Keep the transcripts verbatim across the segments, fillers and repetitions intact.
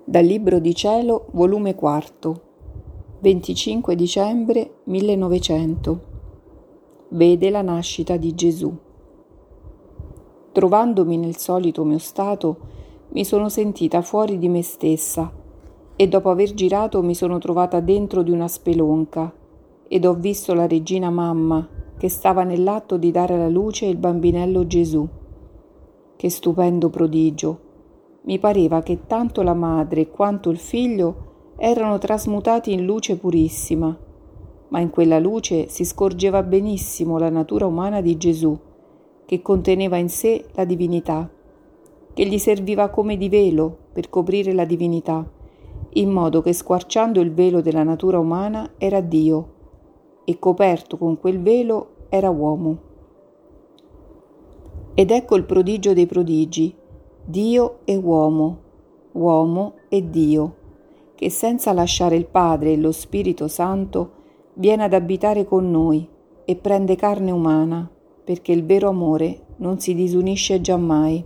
Dal Libro di Cielo, volume quarto, venticinque dicembre millenovecento. Vede la nascita di Gesù. Trovandomi nel solito mio stato, mi sono sentita fuori di me stessa e dopo aver girato mi sono trovata dentro di una spelonca ed ho visto la regina mamma che stava nell'atto di dare alla luce il bambinello Gesù. Che stupendo prodigio! Mi pareva che tanto la madre quanto il figlio erano trasmutati in luce purissima, ma in quella luce si scorgeva benissimo la natura umana di Gesù, che conteneva in sé la divinità, che gli serviva come di velo per coprire la divinità, in modo che squarciando il velo della natura umana era Dio, e coperto con quel velo era uomo. Ed ecco il prodigio dei prodigi, Dio e uomo, uomo e Dio, che senza lasciare il Padre e lo Spirito Santo viene ad abitare con noi e prende carne umana, perché il vero amore non si disunisce giammai.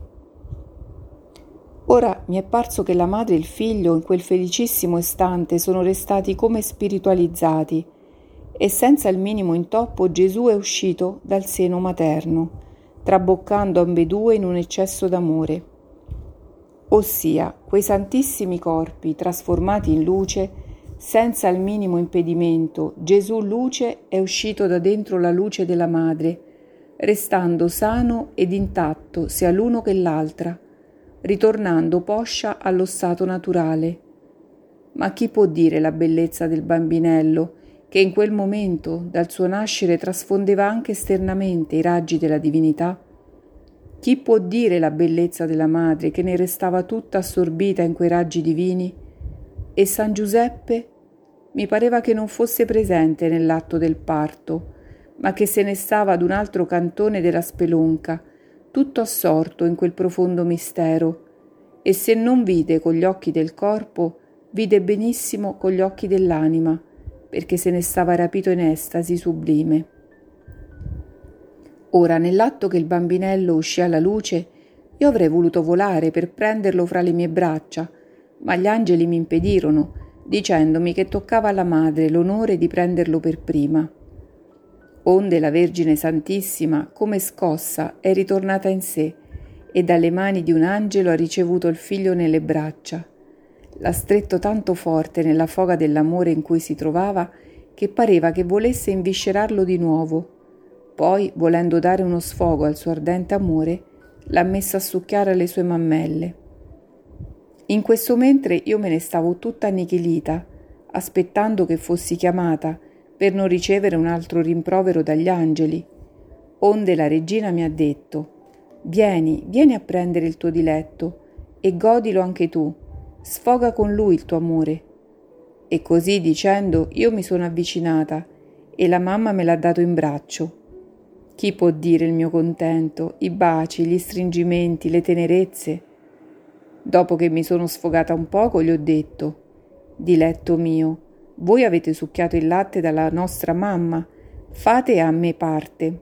Ora mi è parso che la madre e il figlio in quel felicissimo istante sono restati come spiritualizzati e senza il minimo intoppo Gesù è uscito dal seno materno, traboccando ambedue in un eccesso d'amore. Ossia, quei santissimi corpi trasformati in luce, senza il minimo impedimento, Gesù luce è uscito da dentro la luce della madre, restando sano ed intatto sia l'uno che l'altra, ritornando poscia allo stato naturale. Ma chi può dire la bellezza del bambinello, che in quel momento dal suo nascere trasfondeva anche esternamente i raggi della divinità? Chi può dire la bellezza della madre che ne restava tutta assorbita in quei raggi divini? E San Giuseppe? Mi pareva che non fosse presente nell'atto del parto, ma che se ne stava ad un altro cantone della spelonca, tutto assorto in quel profondo mistero, e se non vide con gli occhi del corpo, vide benissimo con gli occhi dell'anima, perché se ne stava rapito in estasi sublime. Ora, nell'atto che il bambinello uscì alla luce, io avrei voluto volare per prenderlo fra le mie braccia, ma gli angeli mi impedirono, dicendomi che toccava alla madre l'onore di prenderlo per prima. Onde la Vergine Santissima, come scossa, è ritornata in sé e dalle mani di un angelo ha ricevuto il figlio nelle braccia. L'ha stretto tanto forte nella foga dell'amore in cui si trovava che pareva che volesse inviscerarlo di nuovo. Poi, volendo dare uno sfogo al suo ardente amore, l'ha messo a succhiare alle sue mammelle. In questo mentre io me ne stavo tutta annichilita, aspettando che fossi chiamata per non ricevere un altro rimprovero dagli angeli. Onde la regina mi ha detto: «Vieni, vieni a prendere il tuo diletto e godilo anche tu, sfoga con lui il tuo amore». E così dicendo io mi sono avvicinata e la mamma me l'ha dato in braccio. Chi può dire il mio contento, i baci, gli stringimenti, le tenerezze? Dopo che mi sono sfogata un poco, gli ho detto: «Diletto mio, voi avete succhiato il latte dalla nostra mamma, fate a me parte».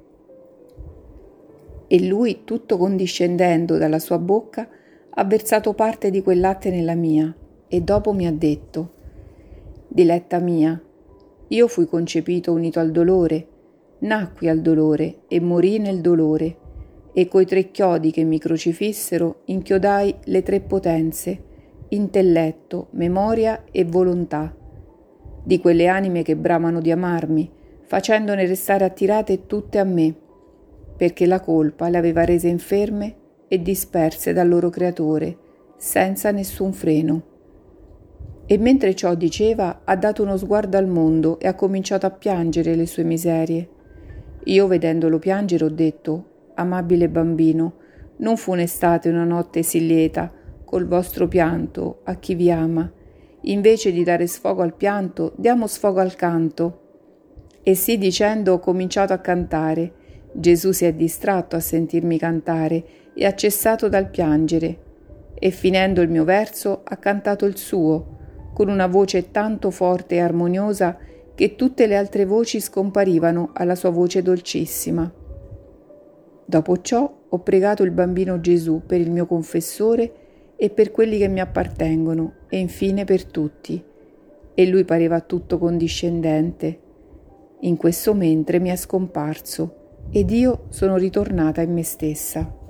E lui, tutto condiscendendo dalla sua bocca, ha versato parte di quel latte nella mia e dopo mi ha detto: «Diletta mia, io fui concepito unito al dolore, nacqui al dolore e morii nel dolore, e coi tre chiodi che mi crocifissero inchiodai le tre potenze, intelletto, memoria e volontà, di quelle anime che bramano di amarmi, facendone restare attirate tutte a me, perché la colpa le aveva rese inferme e disperse dal loro creatore, senza nessun freno». E mentre ciò diceva, ha dato uno sguardo al mondo e ha cominciato a piangere le sue miserie. Io, vedendolo piangere, ho detto: «Amabile bambino, non funestate una notte sì lieta col vostro pianto a chi vi ama. Invece di dare sfogo al pianto, diamo sfogo al canto». E sì dicendo ho cominciato a cantare. Gesù si è distratto a sentirmi cantare e ha cessato dal piangere. E finendo il mio verso ha cantato il suo, con una voce tanto forte e armoniosa che tutte le altre voci scomparivano alla sua voce dolcissima. Dopo ciò ho pregato il bambino Gesù per il mio confessore e per quelli che mi appartengono e infine per tutti. E lui pareva tutto condiscendente. In questo mentre mi è scomparso ed io sono ritornata in me stessa.